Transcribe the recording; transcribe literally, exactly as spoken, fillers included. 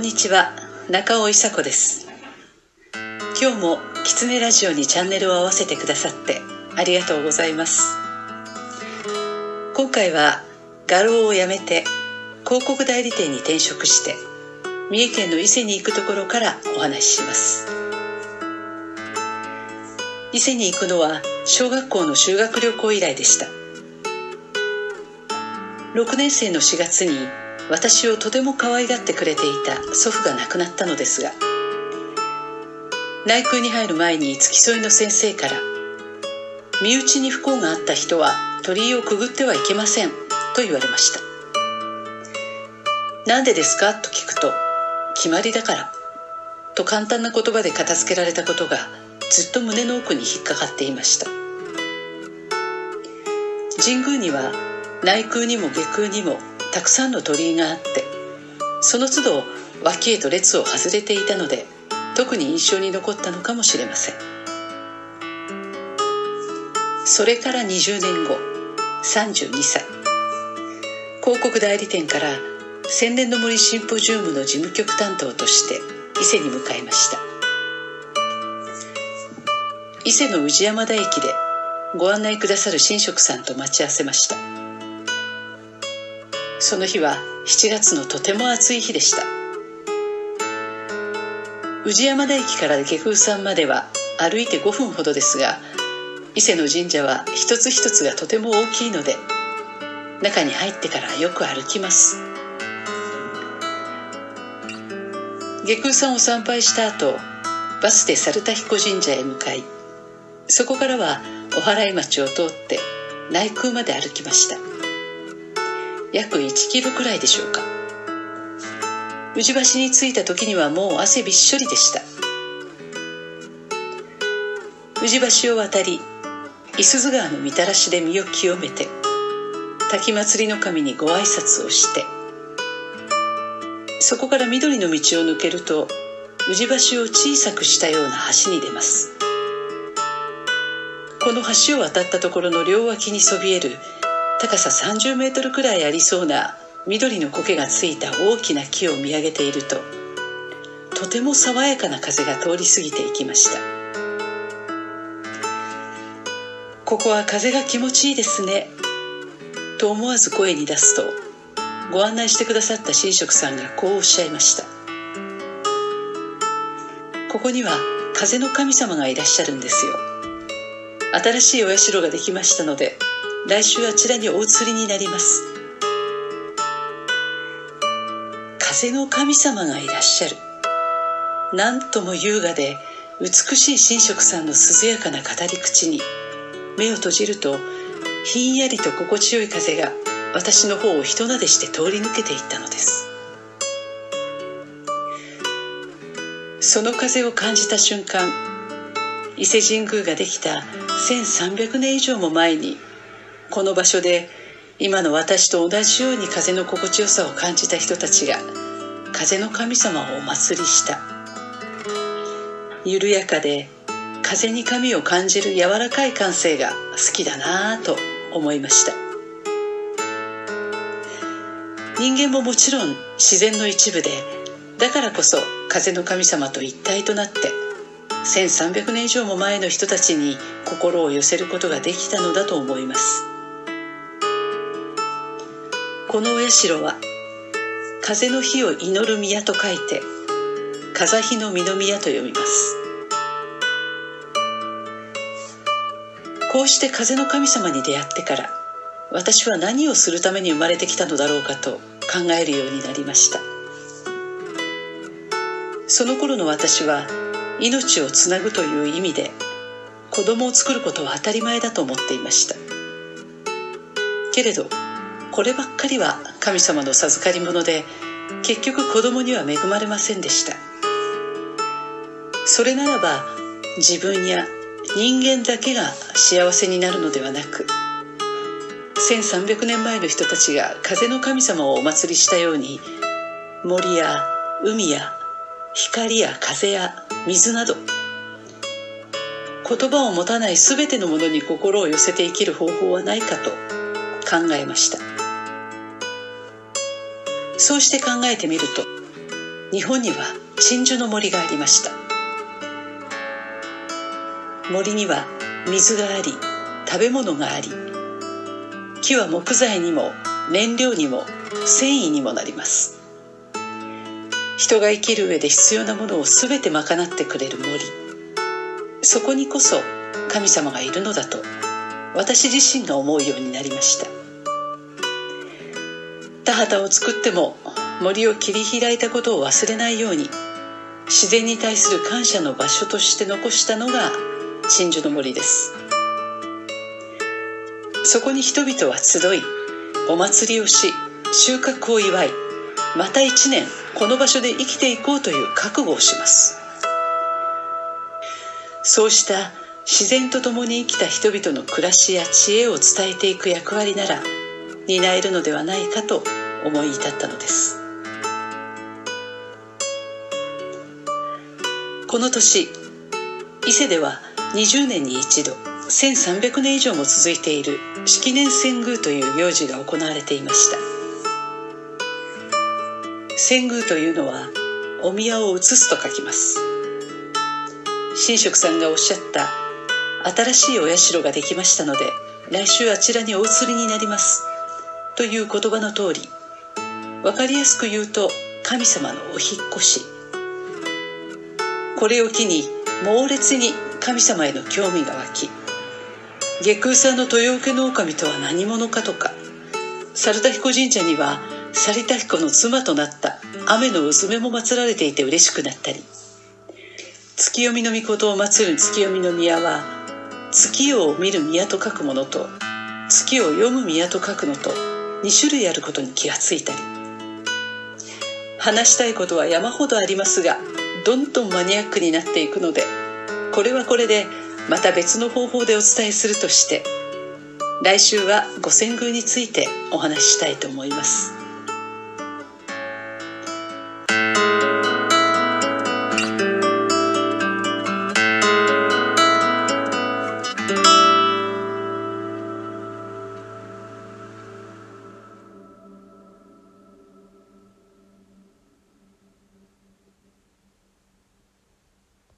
んにちは、中尾伊佐子です。今日もキツネラジオにチャンネルを合わせてくださってありがとうございます。今回は画廊を辞めて広告代理店に転職して三重県の伊勢に行くところからお話しします。伊勢に行くのは小学校の修学旅行以来でした。ろくねん生のしがつに私をとても可愛がってくれていた祖父が亡くなったのですが、内宮に入る前に付き添いの先生から、身内に不幸があった人は鳥居をくぐってはいけませんと言われました。なんでですかと聞くと、決まりだからと簡単な言葉で片付けられたことがずっと胸の奥に引っかかっていました。神宮には内宮にも外宮にもたくさんの鳥居があって、その都度脇へと列を外れていたので、特に印象に残ったのかもしれません。それからにじゅうねんご、さんじゅうにさい、広告代理店から千年の森シンポジウムの事務局担当として伊勢に向かいました。伊勢の宇治山田駅でご案内くださる神職さんと待ち合わせました。その日はしちがつのとても暑い日でした。宇治山田駅から外宮さんまでは歩いてごふんほどですが、伊勢の神社は一つ一つがとても大きいので、中に入ってからよく歩きます。外宮さんを参拝した後、バスで猿田彦神社へ向かい、そこからはお祓い町を通って内宮まで歩きました。約いちキロくらいでしょうか。宇治橋に着いた時にはもう汗びっしょりでした。宇治橋を渡り、五十鈴川のみたらしで身を清めて、滝祭りの神にご挨拶をして、そこから緑の道を抜けると、宇治橋を小さくしたような橋に出ます。この橋を渡ったところの両脇にそびえる高ささんじゅうメートルくらいありそうな緑の苔がついた大きな木を見上げていると、とても爽やかな風が通り過ぎていきました。ここは風が気持ちいいですねと思わず声に出すと、ご案内してくださった神職さんがこうおっしゃいました。ここには風の神様がいらっしゃるんですよ。新しいお社ができましたので、来週あちらにお移りになります。風の神様がいらっしゃる。なんとも優雅で美しい神職さんの涼やかな語り口に、目を閉じるとひんやりと心地よい風が私の方をひとなでして通り抜けていったのです。その風を感じた瞬間、伊勢神宮ができたせんさんびゃくねん以上も前に、この場所で今の私と同じように風の心地よさを感じた人たちが風の神様をお祭りした。緩やかで風に神を感じる柔らかい感性が好きだなぁと思いました。人間ももちろん自然の一部で、だからこそ風の神様と一体となってせんさんびゃくねん以上も前の人たちに心を寄せることができたのだと思います。このお社は風の日を祈る宮と書いて風日の御宮と読みます。こうして風の神様に出会ってから、私は何をするために生まれてきたのだろうかと考えるようになりました。その頃の私は命をつなぐという意味で子供を作ることは当たり前だと思っていました。けれどこればっかりは神様の授かり物で、結局子供には恵まれませんでした。それならば自分や人間だけが幸せになるのではなく、せんさんびゃくねんまえの人たちが風の神様をお祭りしたように、森や海や光や風や水など、言葉を持たないすべてのものに心を寄せて生きる方法はないかと考えました。そうして考えてみると、 日本には鎮守の森がありました。森には水があり、食べ物があり、木は木材にも燃料にも繊維にもなります。人が生きる上で必要なものをすべて賄ってくれる森、そこにこそ神様がいるのだと私自身が思うようになりました。田畑を作っても森を切り開いたことを忘れないように、自然に対する感謝の場所として残したのが鎮守の森です。そこに人々は集い、お祭りをし、収穫を祝い、また一年この場所で生きていこうという覚悟をします。そうした自然と共に生きた人々の暮らしや知恵を伝えていく役割なら担えるのではないかと思い至ったのです。この年、伊勢ではにじゅうねんに一度、せんさんびゃくねん以上も続いている式年遷宮という行事が行われていました。遷宮というのはお宮を移すと書きます。神職さんがおっしゃった、新しいお社ができましたので来週あちらにお移りになりますという言葉の通り、わかりやすく言うと神様のお引っ越し。これを機に猛烈に神様への興味が湧き、外宮さんの豊受の狼とは何者かとか、猿田彦神社には猿田彦の妻となった雨のうずめも祀られていて嬉しくなったり、月読みの御事を祀る月読みの宮は月夜を見る宮と書くものと月を読む宮と書くのとに種類あることに気がついたり、話したいことは山ほどありますがどんどんマニアックになっていくので、これはこれでまた別の方法でお伝えするとして、来週はご遷宮についてお話ししたいと思います。